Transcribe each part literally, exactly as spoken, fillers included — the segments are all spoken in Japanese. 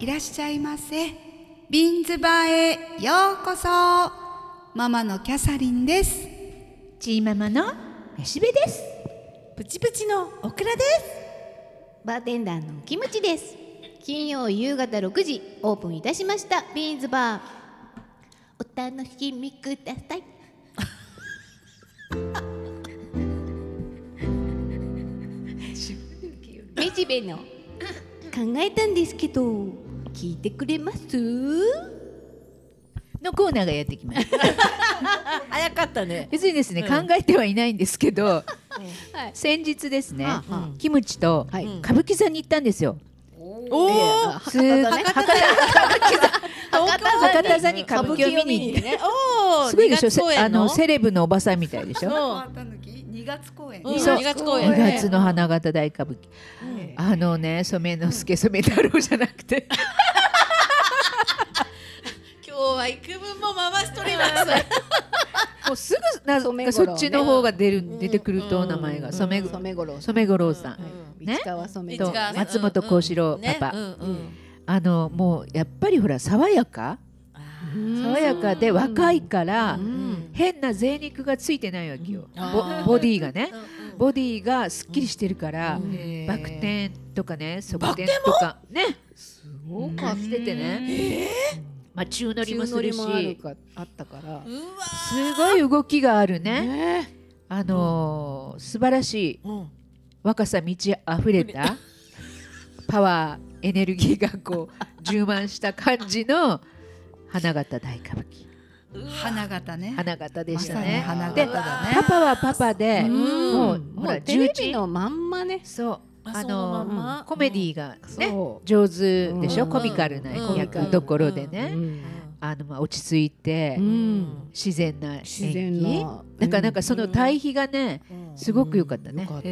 いらっしゃいませ。ビンズバーへようこそ。ママのキャサリンです。 チーママのめしべです。 プチプチのオクラです。 バーテンダーのキムチです。金曜夕方ろくじオープンいたしましたビーンズバー、お楽しみください。めじべの考えたんですけど聞いてくれますのコーナーがやってきました早かったね。 別にですね、うん、考えてはいないんですけど、はい、先日ですね、 はあはあ、 キムチと歌舞伎座に行ったんですよ。 おお、 博多座ね、博多座に歌舞伎を見に行って、すごいでしょ、あのセレブのおばさんみたいでしょ。 にがつ公演、 にがつ公演、 にがつの花形大歌舞伎、あのね、染之助染太郎じゃなくて今日は幾分も回しとります。 もうすぐな、ね、そっちの方が出る、うん、出てくると名前が染五郎さん、ね、と松本幸四郎パパ、あのもうやっぱりほら爽やか、爽やかで若いから、変な贅肉がついてないわけよ。ボ, ボディがね、ボディがすっきりしてるから、バク転とかね、側転とかね、すごくしててね。まあ、宙乗りもするし、 あったからすごい動きがあるね、あのー、素晴らしい、うん、若さ満ち溢れたパワーエネルギーがこう充満した感じの花形大歌舞伎。 花形ね、 花形でしたね。 花形で、 だね。 パパはパパで、 うん、 もうほらテレビのまんまね。 そうあのーうん、コメディがね、うん、上手でしょ、うん、コミカルな役どころでね、うん、あのまあ落ち着いて、うん、自然な演技だから、なんかその対比がね、うん、すごく良かったね、うん、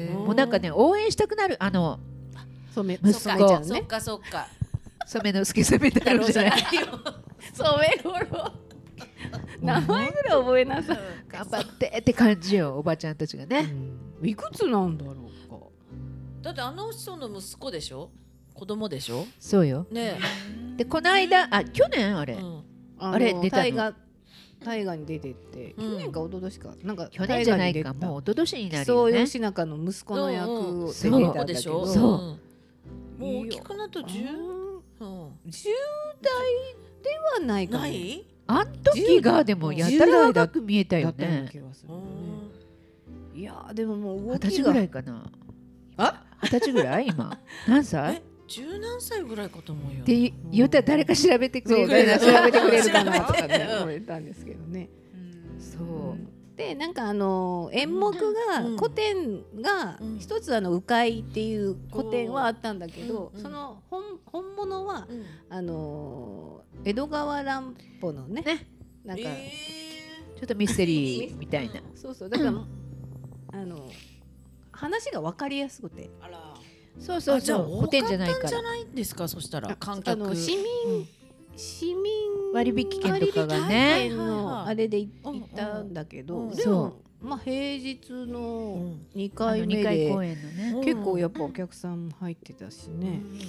もうなんかね応援したくなる、あの染息子、 そっかそっか染之助染太郎じゃない染五郎名前ぐらい覚えなさい、 頑張ってって感じよ、おばちゃんたちがね、 うん、いくつなんだろうか。 だってあの人の息子でしょ、子供でしょ。 そうよ、 ね、 でこの間、あ去年あれ、うん、あれ出たの大河に出てって、うん、去年か一昨年かなんか去年じゃないか、もう一昨年になるよね。 そう吉中の息子の役を出てたんだけど、 そうそう、 もう大きくなったじゅう、 うん、じゅう代ではないかも。ないあん時がでもやたら若く見えたよね。 いやでももう動きが二十歳ぐらいかな。あ二十歳ぐらい今何歳？ 十何歳ぐらいかと思うよ。 って言ったら誰か調べてくれる、 調べてくれるかなとかね思ったんですけどね。そうで、なんかあの演目が古典が一つ、あの鵜飼っていう古典はあったんだけど、その本本物はあの江戸川乱歩のね、なんかちょっとミステリーみたいな。 そうそう、だからあの話が分かりやすくて、 あら、 そうそうそう、古典じゃないから。 じゃないんですか、そしたら観客、 あの市民、うん、市民割引券とかがね、 のあれで行ったんだけど、うんうん、でもまあ平日のにかいめで、 公演のね、 結構やっぱお客さん入ってたしね、うん、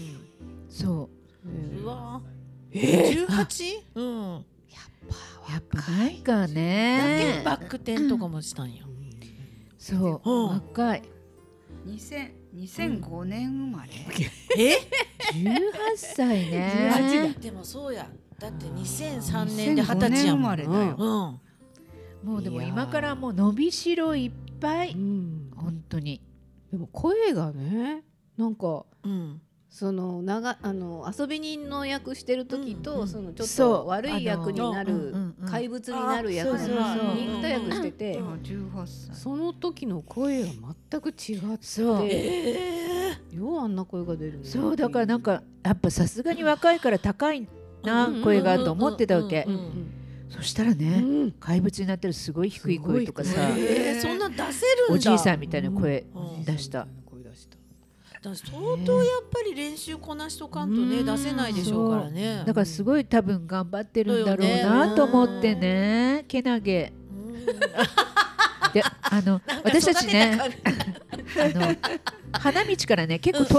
そう、 えー、うわー、じゅうはち？うん、やっぱやっぱなんかね、 バック転とかもしたんや、うん、 そう、若い。 にせんにせんごねん生まれ、 えじゅうはっさいね。 じゅうはちだ。でもそうや、だってにせんさんねんではたちやもん。 生まれだよ、 うん、 もうでも今からもう伸びしろいっぱい、うん、本当に。 でも声がね、なんか、 うん、 その長あの遊び人の役してる時と、うんうん、そのちょっと悪い役になる、怪物になる役が似た役してて、 じゅうはっさい、 その時の声が全く違って、 そう、 えー、ようあんな声が出るね。 そうだからなんかやっぱさすがに若いから高いな声がと思ってたわけ。そしたらね、うん、怪物になってるすごい低い声とかさ、 えー、そんな出せるんだ。 おじいさんみたいな声出した。 だ相当やっぱり練習こなしとかんとね、出せないでしょうからね。 だからすごい多分頑張ってるんだろうなと思ってね、けなげで、あの私たちねあの花道からね結構遠いと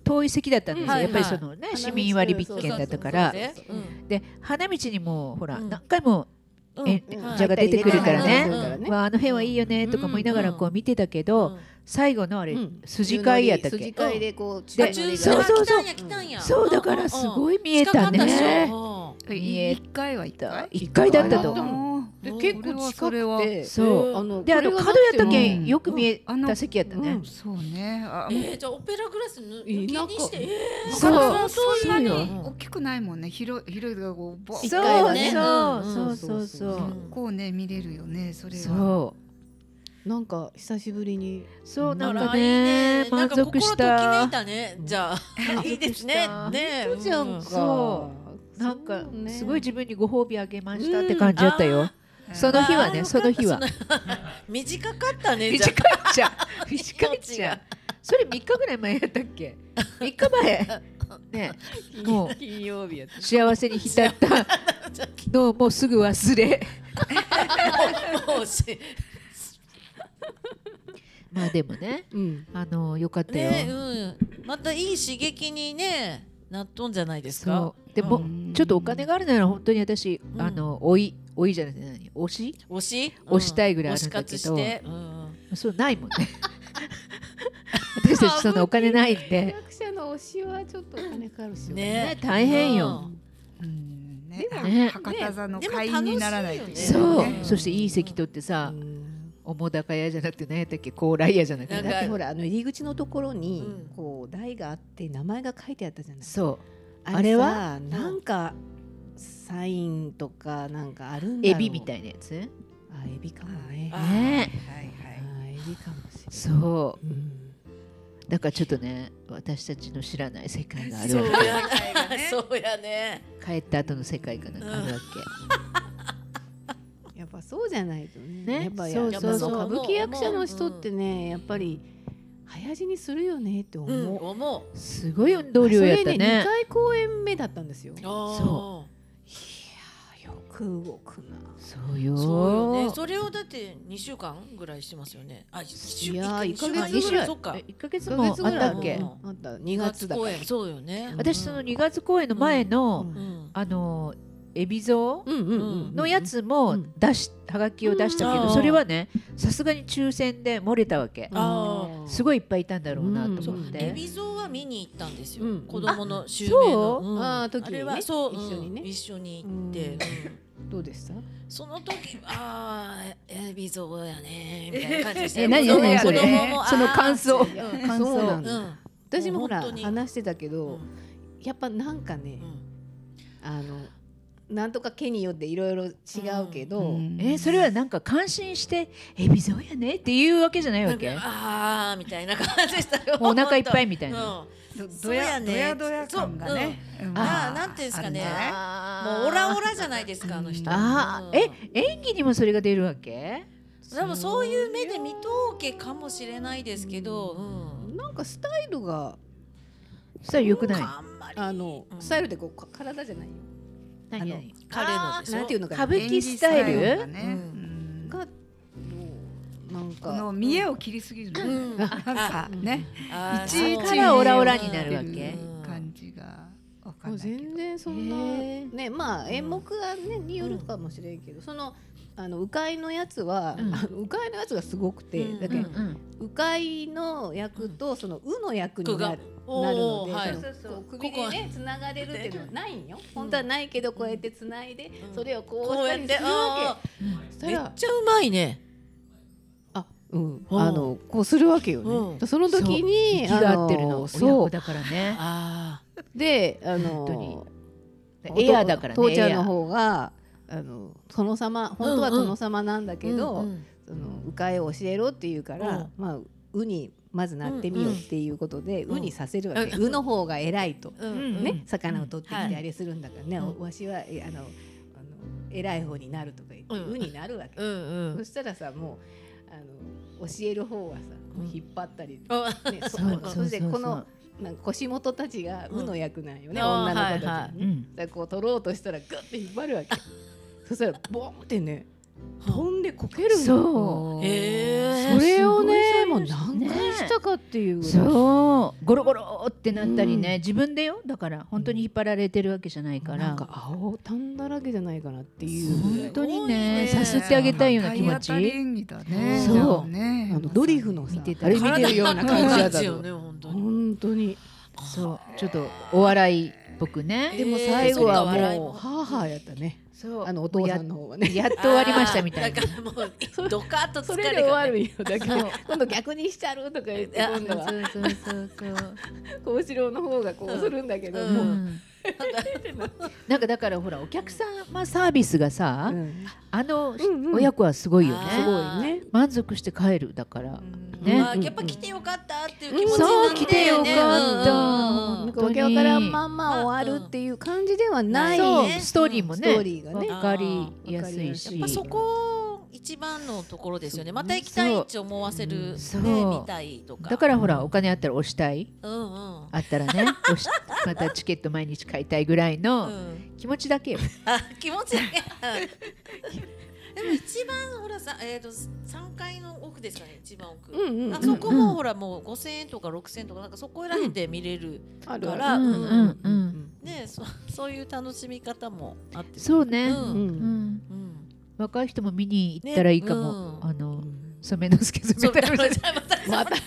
遠い席だったんですよ、 うんやっぱりそのね市民割引券だったからうんで花道にもほら、 うん何回もうんえうんじゃが出てくるからね、 うんわあ、あの辺はいいよねとか思いながらこう見てたけど、 うん最後のあれ、 うん筋交いやったっけ、 筋交いでこうであ中そうそうそう来たんや来たんやそうだからすごい見えたね、 近かったでしょ見え一回は一回一回だったとあ思う。 でうん結構近くてそうあので、あのこれが角やったけうんんよく見えあのた席やったね。 そうね。あえー、じゃあオペラグラス抜きにしてえー、 そうそうそんなにそう大きくないもんね。広い広いがこうボそう一回はねそううんそうそうそううんこうね見れるよね。それは。 そうなんか久しぶりにそうなんかあらいいね満なんか足し心ときめたい。たね。じゃあいいですね。ねとちゃんかそうなんかそうねすごい自分にご褒美あげましたって感じだったよ。 うんその日はね、 あーその日はよかったその短かったね。じゃ短いっちゃ短いっちゃ。それみっかぐらい前やったっけ？みっかまえね、もう金曜日やった幸せに浸ったのをもうすぐ忘れ。 あもうしまあでもね、 うんあのよかったよ。 ね、うん、またいい刺激にねなっとんじゃないですか。 そうでも、 うんちょっとお金があるなら本当に私、 うんあのおいおいじゃなくて何推し推し推したいぐらいあるんだけど推し活して、うん、 そうないもんね。私たちそのお金ないんで、 役者の推しはちょっとお金かかるしねね、大変よ。 うんねでもね博多座のでも会員にならないといけないそう、 ねそしていい席取ってさ、澤瀉屋じゃなくて何やったっけ、高麗屋じゃなくて、 なんかだってほらあの入り口のところにうんこう台があって名前が書いてあったじゃない。 そうああれはさなんかサインとかなんかあるんだろう。 エビみたいなやつ。 あエビかもね。 あね、 はいはいあエビかもしれない。 そうんうだからちょっとね、私たちの知らない世界があるわそうやねね。そうやね。 け。帰った後の世界がなんかあるわやっぱそうじゃないとね。 ねやっぱやそうそうそうやっぱ歌舞伎役者の人ってねやっぱり早死にするよねって思うん、 う。 思け。すごい運動量やったそれねねに。かい公演目だったんですよ。 う。 いそやよく動くな。 そうよう。そうよね。 ー。 それをだってにしゅうかんぐらいしてますよね。あ、いいやーいいっかげつぐらいそっか。 いっかげつ一ヶもあっ月ぐらいたっけうん？ あったにがつだから。 公演そうよね。 私そのにがつ公演の前の、 うんうん。 あの海老蔵うんうんうんのやつもうん出しはがきを出したけど、 うんそれはねさすがに抽選で漏れたわけ。 あすごいいっぱいいたんだろうなとそう思って。 エビゾウは見に行ったんですよ。 うん子供の襲名そうの。んあー時にねあれはそう一緒にねうん一緒に行って。うんどうでした？ その時ああエビゾウやねみたいな感じでしたえ何子供何それ子供もそのあー感想いや感想そうなんだうん私もほらもう本当に話してたけうどんやっぱなんかねうんあのなんとか家によっていろいろ違うけど、 うんえそれはなんか感心して海老蔵やねっていうわけじゃないなんかわけ。 ああみたいな感じでしたよ。 もうお腹いっぱいみたいうんな。 どそうやねどやどや感がね。うんあーなんていうんですかねあーもうオラオラじゃないですかあの人。うんあーえ演技にもそれが出るわけ？ でもそういう目で見とおけかもしれないですけど、うんなんかスタイルがそしたらよくない。 あんまりあの、 うんスタイルでこうか体じゃないよ何何彼のでしょ。 なんていうのかな歌舞伎スタイル演技スタイルがねうんうんがなんこかの見栄を切りすぎるの。 うんなんかね。 あーいちいちだからオラオラになるわうんけ。 感じがわかもうんないけど。 全然そんなへーねまあ演目がねによるかもしれんけど、そのあの鵜飼のやつは、 うんあの鵜飼のやつがすごくて、 うんだけどうんうん鵜飼の役とその鵜の役になる。 おーなるので、 はいそのそうそうこう首でねつながれるっていうのはないんよ。本当はないけどこうやってつないで、 うんそれをこうこうやってしたりするわあけ。そしたーめっらちゃうまいね。 あうんうんあのこうするわけよね。 うんその時に息が合ってるの親そう子だからね。 あであ本当にのエアーだからね。 父ちゃんエアーの方があの殿様本当は殿様なんだあけど、 うんうんその鵜飼を教えろって言うから、まあ鵜にまずなってみようっていうことで、 うん鵜にさせるわけ、 うん鵜の方が偉いと、 うんね、 うん魚を取ってきはいてあれするんだからね、 うんわしはえあのあの偉い方になるとか言って、 うん鵜になるわけ、 うんうんそしたらさもうあの教える方はさ、 うん引っ張ったり、 あね、そそうそそうそうれでこのなんか腰元たちが鵜の役なんよね、 うん女の子たちにね、 はいはいうんだからこう取ろうとしたらグッて引っ張るわけそしたらボンってね飛んででこけるの。 そう。 へそれをねもう何回したかっていう。 そうゴロゴロってなったりね、自分でよだから本当に引っ張られてるわけじゃないから。 なんか青タンだらけじゃないかなっていう。 本当にねさすってあげたいような気持ち。そう。 あのドリフのさあれ見てるような感じだったよね本当に。 そうちょっとお笑いっぽくね。 でも最後はもうハーハーやったね。 そうあのお父さんの方はねやっと終わりましたみたいな。 だからもうドカッと疲れが、ね、 それで終わるよ。だから今度逆にしちゃうとか言って今度はそうそうそうそう幸四郎の方がこうするんだけども、うん、 なんかだからほらお客様サービスがさ、うん、あの、うんうん、親子はすごいよね。 すごいね。 満足して帰るだから。 うんね、まあ、やっぱ来てよかったっていう気持ちになって、ね、 そう来てよかった、 なんかわけわからんまんま終わるっていう感じではない、 ね、ストーリーもね、 ストーリーがね分かりやすいし、 やっぱそこ一番のところですよね。また行きたいって思わせる、ね、見たいとか。 だからほらお金あったら押したい、 うんうん、 あったらね押しまたチケット毎日買いたいぐらいの気持ちだけよ、 うん、あ気持ちだけでも一番ほらさ、えー、とさんかいの奥ですかね一番奥、うんうんうん、あそこもほらもうごせんえんとかろくせんえんとかなんかそこら辺で見れるから、うんうんうんね、そ, そういう楽しみ方もあってそうね、うんうんうん、若い人も見に行ったらいいかも、ねうん、あの染之助染太郎また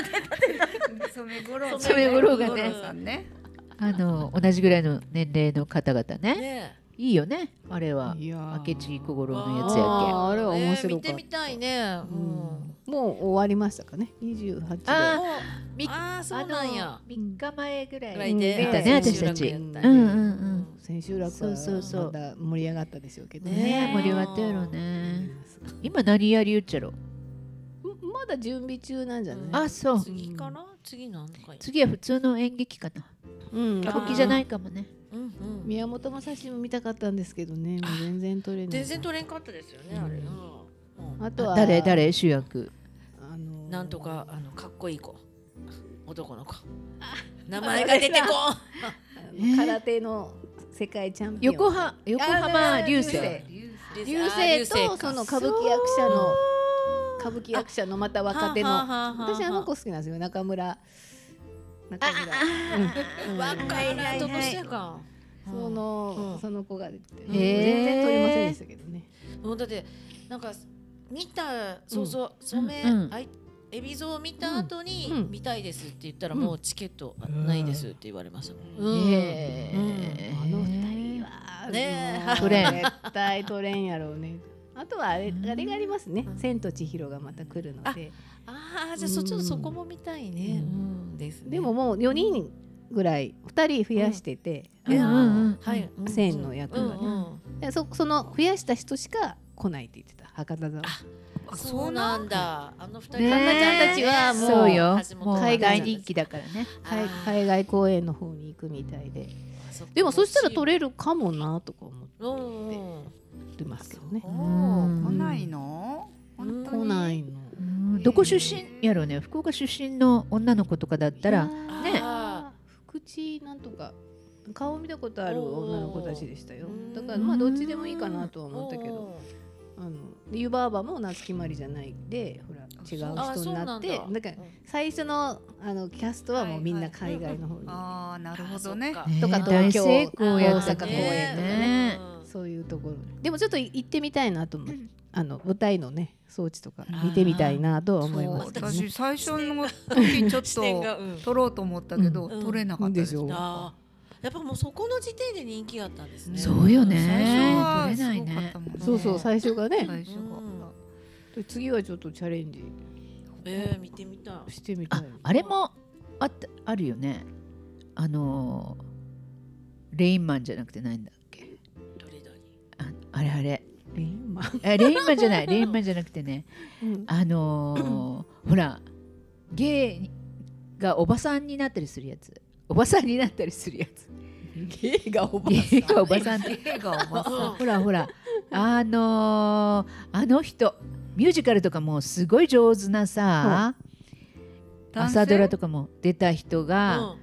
染五郎がねあの同じぐらいの年齢の方々ね、ねいいよねあれは明智小五郎のやつやけ。 あれは面白かった。 見てみたいね、うん、 もう終わりましたかねにじゅうはちで。 ああそうなんや。 みっかまえぐらい見たね私たち。うんうんうん千秋楽はまだ盛り上がったでしょうけどね。盛り上がったやろね。今何やりゆっちゃろ。 まだ準備中なんじゃない。 あそう。 次かな次なんか。 次は普通の演劇かな。歌舞伎じゃないかもね。 うんうん、宮本武蔵も見たかったんですけどね、もう全然撮れない。 全然撮れんかったですよね、あれ。 うん、あとは誰誰主役。 あのー、なんとかあのかっこいい子、男の子。名前が出てこん。空手の世界チャンピオン。 横浜横浜流星。 流星とその歌舞伎役者の歌舞伎役者のまた若手の。私あの子好きなんですよ、中村。中村若いなとしてかそのその子が出て全然撮りませんでしたけどね。 もうだってなんか見たそうそう染め海老蔵を見た後に見たいですって言ったらもうチケットないですって言われましたもん。 へえあの二人はね取れん絶対取れんやろうね。あとはあれあれがありますね。千と千尋がまた来るので。 ああじゃあそっちのそこも見たいね。 でももうよにんぐらいふたり増やしてて、千の役がね。そその増やした人しか来ないって言ってた博多座。 そうなんだ。あの二人かんなちゃんたちはもう海外人気だからね。 海外公演の方に行くみたいで。でもそしたら取れるかもなとか思ってますけどね。 来ないの？ 来ないの。 どこ出身やろうね。福岡出身の女の子とかだったらね。 福知なんとか顔見たことある女の子たちでしたよ。だからまあどっちでもいいかなとは思ったけど、あの湯婆婆も夏木マリじゃないでほら違う人になって、だから最初のあのキャストはもうみんな海外の方に。 ああなるほどね。 とか東京、 大阪公演ね。そういうところ。でもちょっと行ってみたいなと思う。あの舞台のね装置とか見てみたいなとは思いますけどね。 私最初の時ちょっと撮ろうと思ったけど撮れなかったですよ。 やっぱもうそこの時点で人気があったんですね。 そうよね。 最初は撮れないね。 そうそう最初がね。 最初が。 次はちょっとチャレンジ。 ええ見てみたい。 してみたい。 あれもあったあるよね。あのレインマンじゃなくてないんだっけ。 どれだに。 あれあれ。 レインマンレインマンじゃないレインマンじゃなくてね、うん、あのー、ほらゲイがおばさんになったりするやつおばさんになったりするやつゲイがおばさんゲイがおばさんゲイがおばさんほらほらあのー、あの人ミュージカルとかもすごい上手なさ、うん、朝ドラとかも出た人が、うん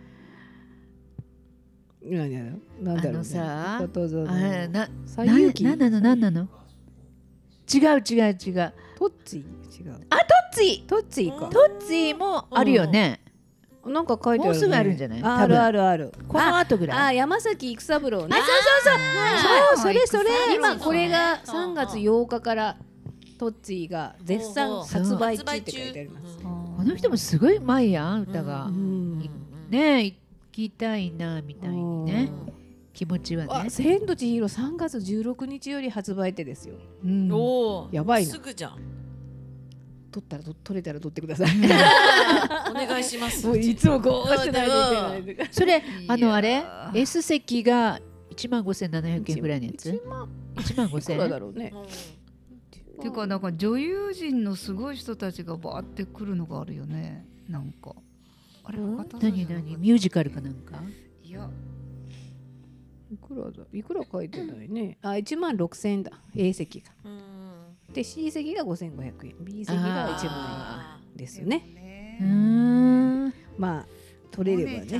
何やろなんだろうね。 あのさことぞあな西遊記なんなのなんなの違う違う違う。 トッツィ違う。 あ、トッツィ。 トッツィか。 トッツィもあるよね。 なんか書いてあるね。 もうすぐあるんじゃない？ あるあるある。 この後ぐらい。 あ、山崎育三郎ね。 そうそうそう。そう、それそれ。 今これがさんがつようかからトッツィが絶賛発売中って書いてあります。 この人もすごいうまいやん、歌が。ねえ、聞きたいなみたいにね。気持ちはね。 千と千尋さんがつじゅうろくにちより発売ってですよ。 おお、 やばいな。 すぐじゃん。 取ったら取れたら取ってください。 お願いします。 いつもこうしないといけない。 それあのあれ S 席がいちまんごせんななひゃくえんぐらいのやつ。いちまんごせんえんだろうね。 ていうかなんか女優陣のすごい人たちがバーって来るのがあるよね。なんかあれ何何ミュージカルかなんか。 いや。 いくらだいくら書いてないね。あ、いちまんろくせんえんだ A 席が。で C 席がごせんごひゃくえん、 B 席がいちまんえんですよね。 うーん、 まあ取れればね。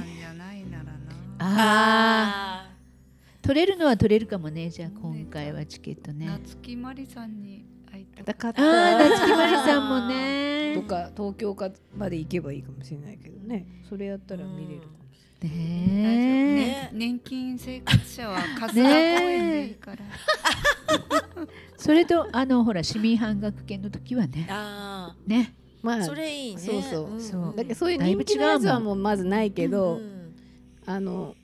ああ、取れるのは取れるかもね。じゃあ今回はチケットね。 夏木マリさんに会いたかった。 ああ、夏木マリさんもね。 とか東京かまで行けばいいかもしれないけどね。それやったら見れるかも。 ねえ、年金生活者は春日公園でいいから。 それとあのほら市民半額券の時はね。 ああ、ね。 まあそれいいね。 そうそう。 そう。 だけどそういう人気のやつはもうまずないけど、あの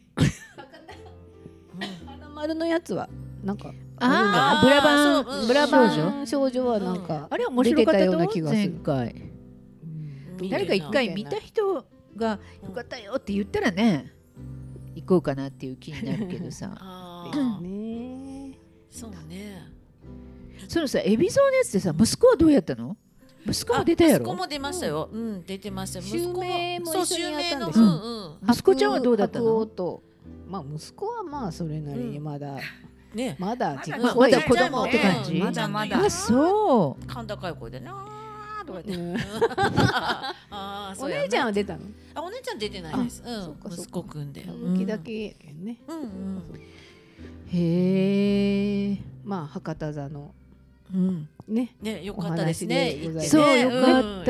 花丸のやつはなんかああ、ブラバンブラバン少女はなんかあれ面白かったような気がする。前回。誰か一回見た人がよかったよって言ったらね、行こうかなっていう気になるけどさ。 ね。 そうね。 そのさ、海老蔵のやつでさ、息子はどうやったの？息子も出たやろ？ 息子も出ましたよ。うん、出てました。 息子もそう襲名の。うんうん。息子ちゃんはどうだったの？ まあ息子はまあそれなりにまだね、 まだまだ子供って感じ。 まだまだ。 あ、そう。 甲高い声でなーとか言って。 ああ、お姉ちゃんは出たの？ あ、お姉ちゃん出てないです。うん、息子くんで。 向きだけやけんね。 うんうん。 へえ。 まあ博多座の。 うん。 ね。 ね、よかったですね。 そう、よかった。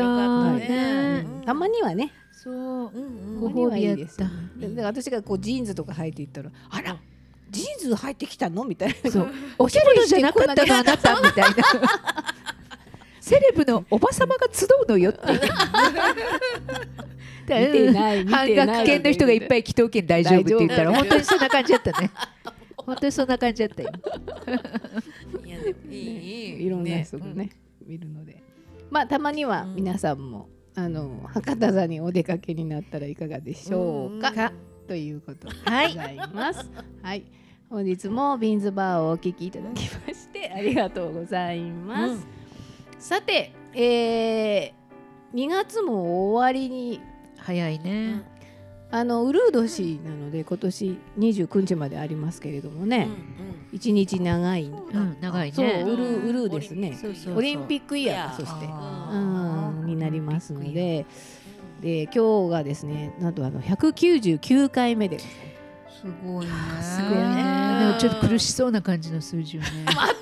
ね。 たまにはね。 そう。 ご褒美やった。で、私がこうジーンズとか履いていったら、あら、ジーンズ履いてきたのみたいな。 そう。おしゃれじゃなかったのあなたみたいな。セレブのおばさまが集うのよって。 見てない見てない。 半額券の人がいっぱい祈祷券大丈夫って言ったら本当にそんな感じだったね。本当にそんな感じだったよ。 いやでもいいいろんな人がね見るので、まあたまには皆さんもあの博多座にお出かけになったらいかがでしょうかということでございます。はい、本日もビーンズバーをお聞きいただきましてありがとうございます。さて、えー、にがつも終わりに早いね。 あのウルー年なので今年にじゅうくにちまでありますけれどもね、一日長い、 長いね。 そうウルーウルーですね。オリンピックイヤーそしてうんになりますので、で今日がですねなんとあのひゃくきゅうじゅうきゅうかいめです。 すごいね。 すごいね。ちょっと苦しそうな感じの数字をね。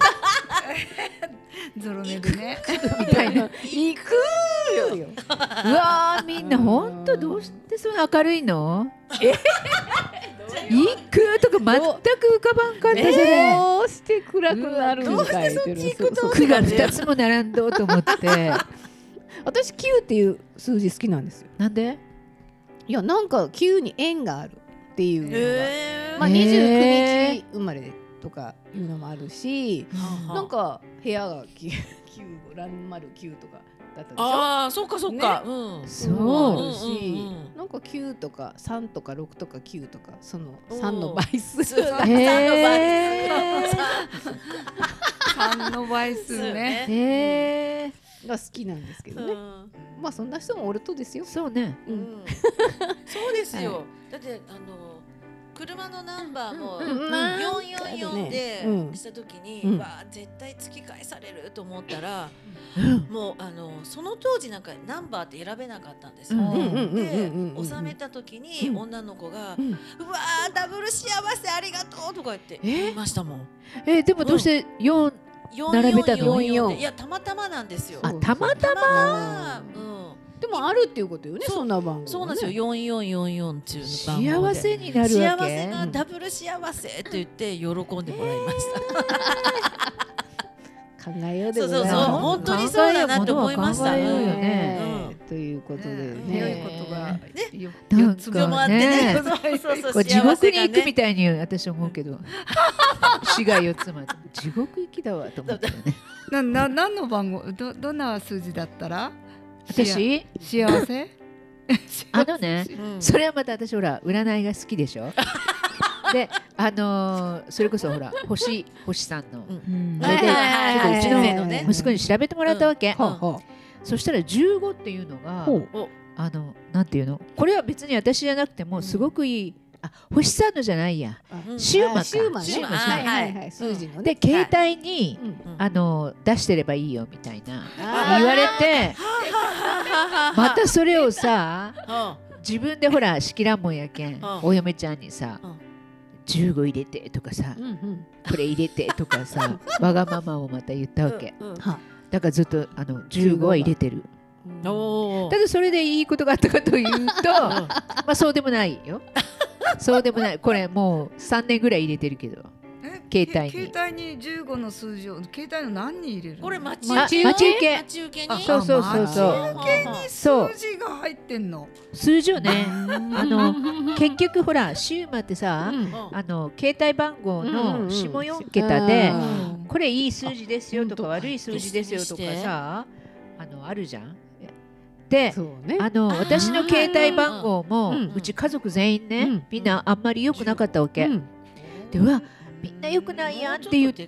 ゾロ目でね。 みたいな。 行くよ。 うわーみんな本当どうしてそんな明るいの？え？行くとか全く浮かばんかったじゃない。 どうして暗くなるんかい。どうしてそっち行くと？ くがふたつも並んどうと思って。 私きゅうっていう数字好きなんですよ。 なんで？ いやなんかきゅうに縁があるっていうのが、 えー、 まあにじゅうくにち生まれとかいうのもあるし、なんか部屋がきゅうランマルきゅうとかだったでしょ。 ああ、そうかそうか。 ね、 うん、 そうし、うんうん、なんかきゅうとかさんとかろくとかきゅうとかそのさんの倍数がへーさんの倍数ね。 へーが好きなんですけどね。うん、まあそんな人もおるとですよ。 そうね。 うん、そうですよ。はい、だってあの車のナンバーもよんよんよんでした時に、うん、わあ絶対突き返されると思ったら、うん、もうあのその当時なんかナンバーって選べなかったんですよ。で収めた時に女の子が、うん、うわあダブル幸せありがとうとか言って言いましたもん。 えー、でもどうしてよん並べたの？ よんよんよんいやたまたまなんですよ。 あ、たまたま。 でもあるっていうことよね、そんな番号、ね、 そうなんですよ。よんよんよんよん中の番号で幸せになるわけ。 幸せがダブル幸せって言って喜んでもらいました。考えようでございます。そうそうそう、本当にそうだなと思いました。 ということでね。 良いことがね、 よっつもあってね。これ地獄に行くみたいに私思うけど、死がよっつもあって地獄行きだわと思ってね。 なな何の番号？どどんな数字だったら？ 私幸せ？ あのね、それはまた私ほら占いが好きでしょ。で、あのー、それこそほら星星さんの、うん、あれでちょっとうちの息子に調べてもらったわけ。うんうん、そしたらじゅうごっていうのが、あのなんていうの？これは別に私じゃなくてもすごくいい。あ、星さんのじゃないや。シューマか。シューマね。はいはいはい。数字のね。で携帯にあの出してればいいよみたいな言われて、またそれをさ、自分でほら仕切らんもんやけん、お嫁ちゃんにさ。じゅうご入れてとかさ、うんうん、これ入れてとかさわがままをまた言ったわけ、うんうん、だからずっとあのじゅうごは入れてる。ただそれでいいことがあったかというとまあそうでもないよ。そうでもない。これもうさんねんぐらい入れてるけど携帯に携帯にじゅうごの数字を携帯の何に入れるの？ これ待ち受け待ち受け待ち受けにそうそうそうそう待ち受けに数字が入ってんの。 数字をねあの結局ほらシウマってさ、うん、あの携帯番号の下よん桁で、うんうん、これいい数字ですよとか悪い数字ですよとかさあのあるじゃん。で、ね、あの私の携帯番号も、うん、うち家族全員ね、うん、みんなあんまり良くなかったわけ、うん、でうわみんな良くないやんって言って、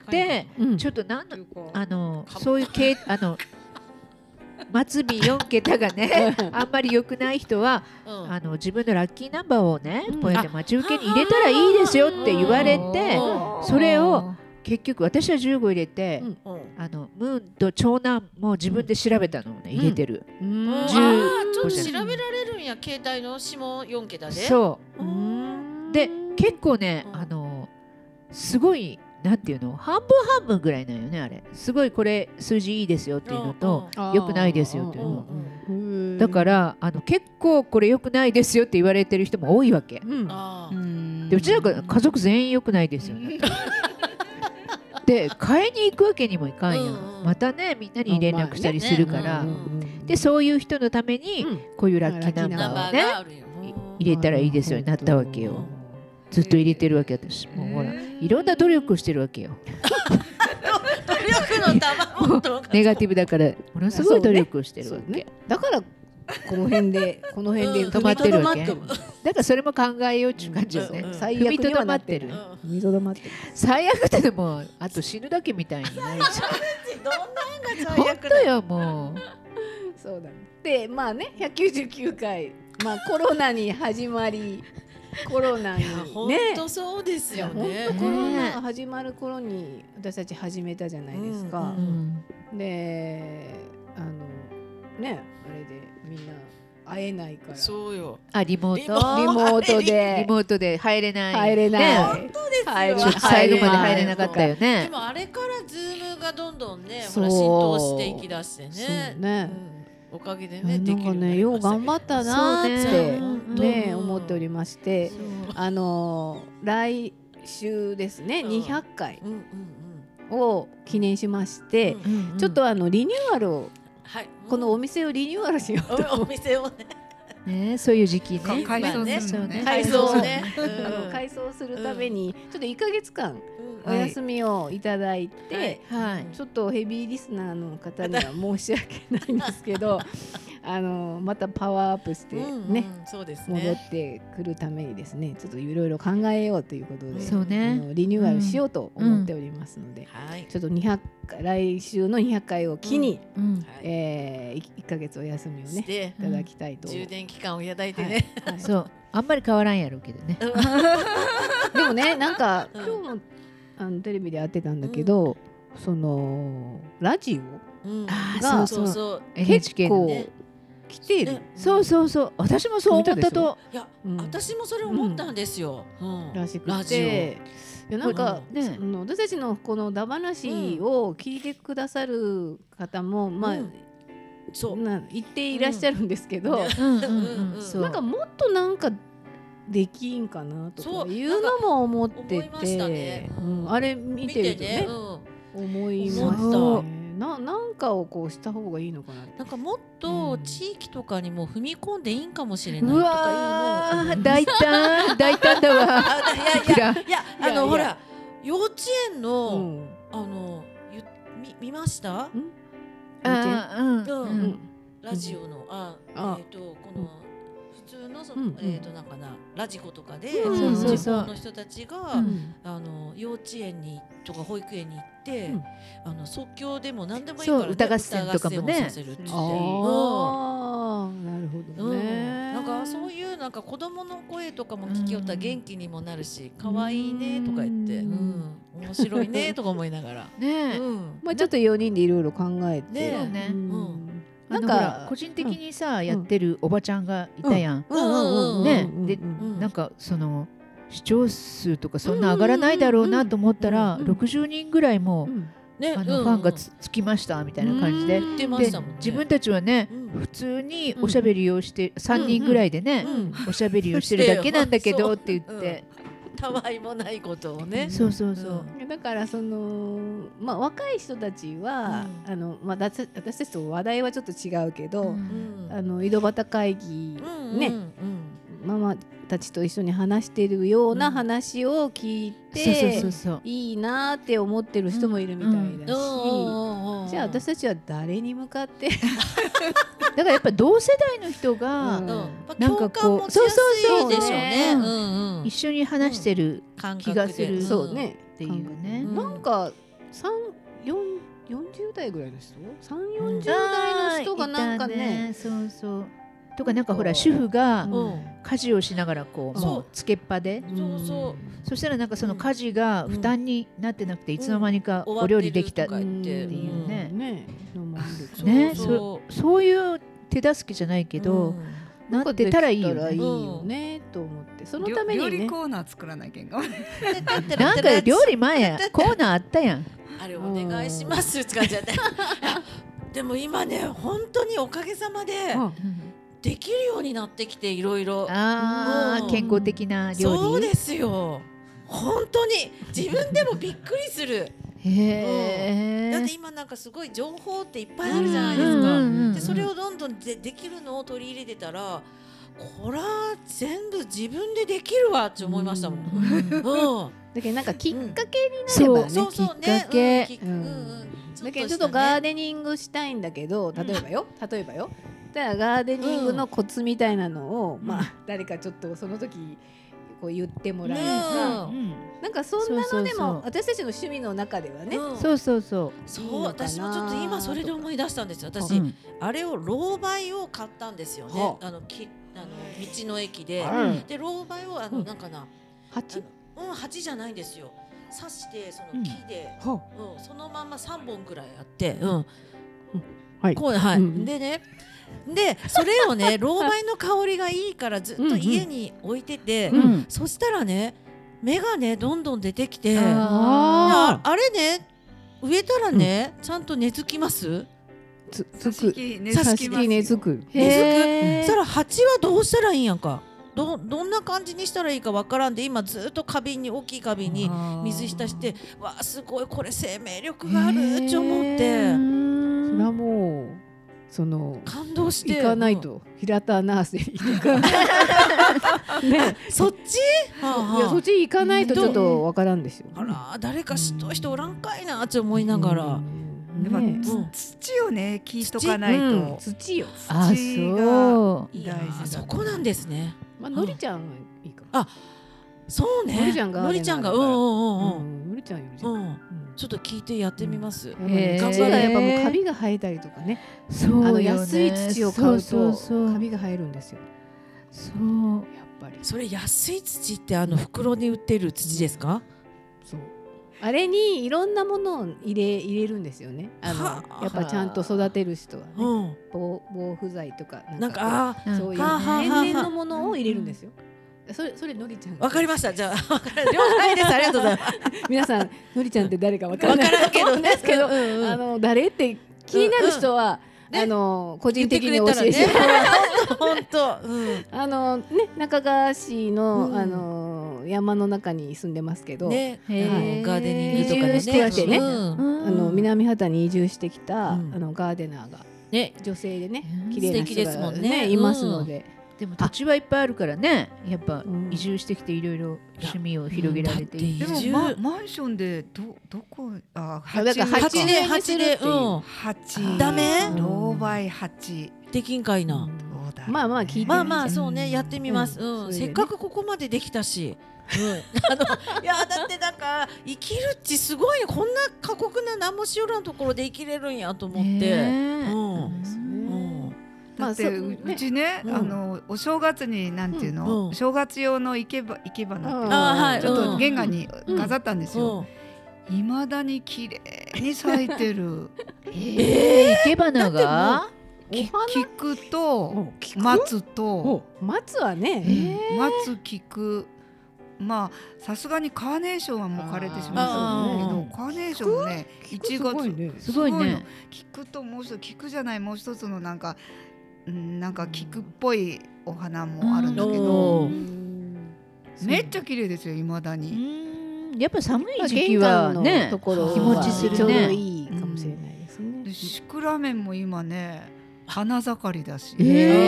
うん、ちょっとなんのあのそういう系あの末尾よん桁がねあんまり良くない人は、うん、あの自分のラッキーナンバーをね、うん、こうやって待ち受けに入れたらいいですよって言われて、それを結局私はじゅうご入れて、うん、あのムーンと長男も自分で調べたのをね、うん、入れてる、 うん、あちょっと調べられるんや携帯の下よん桁で。 そうで結構ねあのすごいなんていうの半分半分ぐらいなんよねあれ。すごいこれ数字いいですよっていうのと良くないですよっていうの。だからあの結構これ良くないですよって言われてる人も多いわけ。うん、でうちなんか家族全員良くないですよね。で買いに行くわけにもいかんよ。またねみんなに連絡したりするから。でそういう人のためにこういうラッキーナンバーをね入れたらいいですようになったわけよ。ずっと入れてるわけ私もうほらいろんな努力をしてるわけよ。 努力の玉とネガティブだからものすごい努力をしてるわけ、ね、 だからこの辺でこの辺で止まってるわけ。だからそれも考えようっていう感じよね。最悪にはなってる。最悪ってでもあと死ぬだけみたいにないじゃん。 どんなんが最悪だ。本当よもう。 そうだね。でまあねひゃくきゅうじゅうきゅうかいまあコロナに始まり。コロナにね、 本当そうですよね。 本当コロナが始まる頃に私たち始めたじゃないですか。うんうん、で、あのねあれでみんな会えないから。 そうよ。 あリモートリモートでリモートで入れない入れない。 ね、本当ですよ。 最後まで入れなかったよね。 でもあれからズームがどんどんね、ほら浸透していきだしてね。 そうね。 うんおかげでね、できるようになね、 りましたけど。 よう頑張ったなってね、ね思っておりまして、あの来週ですね、にひゃっかいを記念しまして、ちょっとあのリニューアルを、はい、このお店をリニューアルしようと。 お店をね。 ね、そういう時期ね。 改装するね。改装ね。 あの改装するためにちょっといっかげつかんお休みをいただいて、はい、ちょっとヘビーリスナーの方には申し訳ないんですけど、あのまたパワーアップしてね、うんうん、そうですね、戻ってくるためにですね、ちょっといろいろ考えようということで、 そうね、 あのリニューアルしようと思っておりますので、うんうん、ちょっとにひゃっかい来週のにひゃっかいを機に、うんうん、えー、いっかげつお休みをねいただきたいと、うん、 充電期間をいただいてね、 はいはい、そうあんまり変わらんやろうけどねでもねなんか今日もあのテレビでやってたんだけど、うん、そのラジオが、うん、 そうそうそう結構来ている、 そうそうそう、私もそう思ったと。 いや、私もそれ思ったんですよ。 らしくて、いやなんか私たちのこのダ話を聞いてくださる方もまあそう言っていらっしゃるんですけど、なんかもっとなんかできんかなとかいうのも思ってて、あれ見てるとね思いましたね。な, なんかをこうした方がいいのかな。 なんかもっと地域とかにも踏み込んでいいんかもしれないとかいうの。 大胆大胆だわ。 いやいやいやあのほら幼稚園の、うん、あのみ見ました？ うんうんうん、ラジオのああえっ、ー、とこの、うん普通のその、うん、えっ、ー、となんかなラジコとかで、うん、地方の人たちが、うん、あの幼稚園にとか保育園に行って、うん、あの即興でも何でもいいから、ね、 歌合戦とかもねさせるって言って、 ああなるほどね、 うん、なんかそういうなんか子供の声とかも聞きよったら元気にもなるし、可愛いねとか言って、うん、面白いねとか思いながらね、 うん、まあちょっとよにんでいろいろ考えてね、 ね、 うん、 なんか個人的にさやってるおばちゃんがいたやん。ね、でなんかその視聴数とかそんな上がらないだろうなと思ったらろくじゅうにんぐらいもあのファンがつきましたみたいな感じで、で自分たちはね普通におしゃべりをしてさんにんぐらいでねおしゃべりをしてるだけなんだけどって言って。 たわいもないことをね。 そうそうそう。 だからそのまあ若い人たちは、うん、あのまあ私たちと話題はちょっと違うけど、うん、あの井戸端会議、うん、ね、うん、ママたちと一緒に話しているような話を聞いて、いいなって思ってる人もいるみたいだし、じゃあ私たちは誰に向かってだからやっぱ同世代の人が、うん、なんかこうそうそうそうでしょうね、うんうん、一緒に話してる気がする、 そうねっていうね、 うん、なんかさん、よん、よんじゅう代ぐらいの人さん、よんじゅう代の人がなんか ね, ねそうそうとかなんかほら主婦が家事をしながらこう、うん、もうつけっぱで、 そうそうそしたらなんかその家事が負担になってなくていつの間にかお料理できたっていうね、 ねね、そそういう手助けじゃないけど、なってたらいいよね。 いいよねと思って、そのためにね料理コーナー作らないけんがなんか料理前やコーナーあったやん。 あれお願いしますって感じだったでも今ね本当におかげさまでできるようになってきて、いろいろ健康的な料理。 そうですよ、本当に自分でもびっくりするへうん、だって今なんかすごい情報っていっぱいあるじゃないですか。でそれをどんどん で, できるのを取り入れてたら、これは全部自分でできるわって思いましたもん、うんうん、 だけどなんかきっかけになればね、 そうそうね、きっかけ、 うんうん、だけどちょっとガーデニングしたいんだけど、例えばよ、うん、例えばよだからガーデニングのコツみたいなのを、うん、まあ誰かちょっとその時こう言ってもらえるか、うん、なんかそんなのでも私たちの趣味の中ではね、 うん、そうそうそうそう私もちょっと今それで思い出したんですよ。私、うん、あれをロウバイを買ったんですよね、あのきあの道の駅で、うん、でロウバイをあのなんかな鉢、 うん、鉢じゃないんですよ、刺してその木で、うんうん、そのままさんぼんぐらいあって、うんうんはいこうはい、うん、でねでそれをねロウバイの香りがいいからずっと家に置いてて、うんうん、そしたらね芽がねどんどん出てきて、あ, あれね植えたらね、うん、ちゃんと根付きます。 つつくさしき根付く根付く。そしたら鉢はどうしたらいいんやんか、ど, どんな感じにしたらいいかわからんで、今ずっと花瓶に大きい花瓶に水浸してわあすごいこれ生命力があるって思って、 それはもうその感動して行かないと、うん、平田ナーセリーとかね、そっち、 はあ、いやそっち行かないとちょっとわからんですよ、ね、 あら誰か知っとう人おらんかいなって思いながら、うんね、でも、うん、土をね聞いとかないと、うん、 土よ土が大事だ、 あそこなんですね、 まあ、のりちゃんはいいかも、 あそうね、 のりちゃんがのりちゃんがうんうんうんうん、 のりちゃんより、うん、 ちょっと聞いてやってみます。 土がやっぱもうカビが生えたりとかね、そうあの安い土を買うとカビが生えるんですよ。 そうやっぱり。それ安い土ってあの袋に売ってる土ですか？ そう。 あれにいろんなものを入れ入れるんですよね。あのやっぱちゃんと育てる人はね、防防腐剤とかなんかそういう天然のものを入れるんですよ。それそれのりちゃん。 わかりました。じゃあ了解です。ありがとうございます。 皆さんのりちゃんって誰かわからないけどですけど、あの誰って気になる人は。あの個人的に教えて本当あのね中川市のあの山の中に住んでますけど、ねガーデニングとかねしてきてね、あの南畑に移住してきたあのガーデナーがね女性でね綺麗な人がねいますので。 でも土地はいっぱいあるからね、やっぱ移住してきていろいろ趣味を広げられている。でもマンションでどどこあだから八で八でうん八ダメ？ ローバイ八できんかいな。 まあまあ聞いてまあまあそうねやってみます。うんせっかくここまでできたし。あのいやだってなんか生きるっちすごいこんな過酷な何もしよらんところで生きれるんやと思って。 だってうちね、あのお正月になんていうの、正月用の生けば生け花ってちょっと玄関に飾ったんですよ。いまだに綺麗に咲いてる。 ええ、生け花が？ 菊と松と松はね、 松菊。まあさすがにカーネーションはもう枯れてしまったんだけど、カーネーションもねいちがつすごいね。 菊ともう一つ菊じゃないもう一つのなんかなんか菊っぽいお花もあるんだけど、めっちゃ綺麗ですよ未だに。 やっぱ寒い時期はね気持ちするね。 ちょうどいいかもしれないですね。 シクラメンも今ね花盛りだし。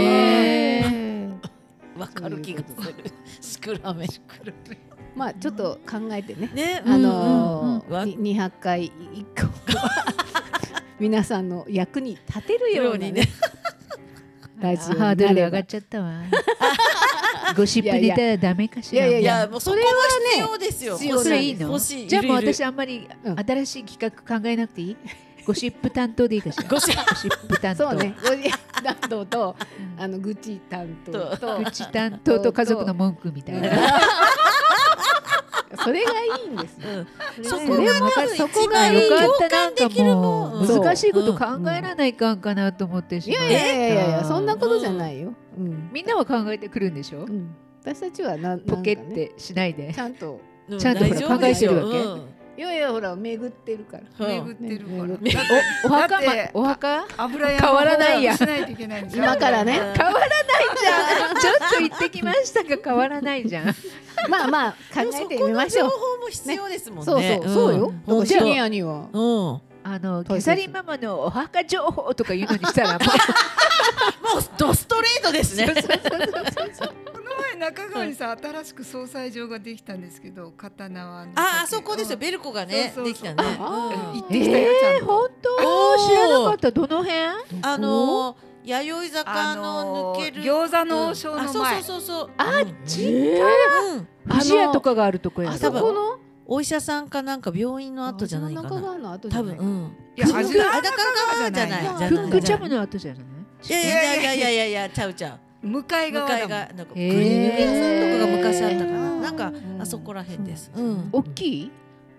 わかる気がする。シクラメン。 まあちょっと考えてね。ね、あのにひゃっかいいっこ皆さんの役に立てるようにね。 ラジオハードル上がっちゃったわ。ゴシップネタはダメかしら。 いやいやもうそれは必要ですよ。 それいいの？じゃあもう私あんまり新しい企画考えなくていい？ゴシップ担当でいいかしら。ゴシップ担当。 そうね。ゴシップ担当とあの愚痴担当と愚痴担当と家族の文句みたいな。 それがいいんですよ。 そこがそこがよかった。なんかもう難しいこと考えらないかんかなと思ってしまう。 いやいやいやいやそんなことじゃないよ。 みんなは考えてくるんでしょ。 私たちはなポケってしないでちゃんとちゃんとほら考えてるわけ。 いやいやほら巡ってるから巡ってるからお墓お墓油変わらないや今からね変わらないじゃん。ちょっと行ってきましたが変わらないじゃん。 まあまあ考えてみましょう。 情報も必要ですもんね。 そうそうそうよ。だからシニアにはあのキャサリンママのお墓情報とかいうのにしたらもうドストレートですね。 中川にさ新しく葬祭場ができたんですけど片縄のああそこですよベルコがねできたね。 行ってきたよちゃんと。 本当知らなかった。どの辺？ あの弥生坂の抜ける餃子の王将の前。 そうそうそうそう。 あっちか。富士屋とかがあるとこや。 多分お医者さんかなんか病院の後じゃないかな。多分うん。 いや味が中川じゃない。 フックチャムの後じゃない？ いやいやいやいやいやちゃうちゃう。 向かい側だもん。 なんかクリーム屋さんとかが昔あったかな。なんかあそこら辺です。 大きい？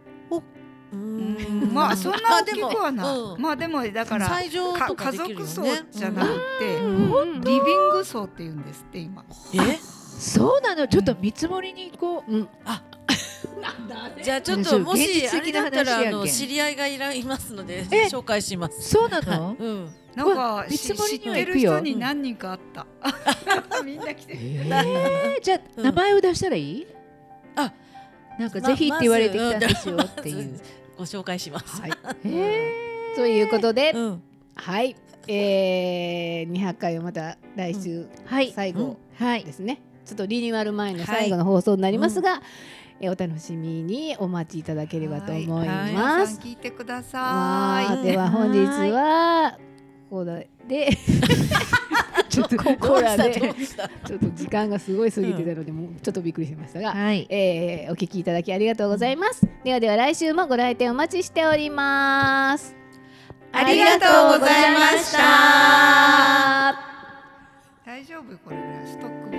まあそんな大きくはない。まあでもだから家族層じゃなくてリビング層って言うんですって今。 え？そうなの。ちょっと見積もりに行こう。あ。 じゃあちょっともしあれだったらあの知り合いがいらいますので紹介します。 そうなの？ うん。 なんか知ってる人に何人かあった。みんな来てる。 じゃあ名前を出したらいい？あ、なんかぜひって言われてきたんですよっていうご紹介します。 ということで、はい、にひゃっかいをまた来週最後ですね。ちょっとリニューアル前の最後の放送になりますが。お楽しみにお待ちいただければと思います。 聞いてください。 では本日はここでちょっとここらでちょっと時間がすごい過ぎてたのでもうちょっとびっくりしましたが、えお聞きいただきありがとうございます。ではでは来週もご来店お待ちしております。 ありがとうございました。 大丈夫これぐらいストック。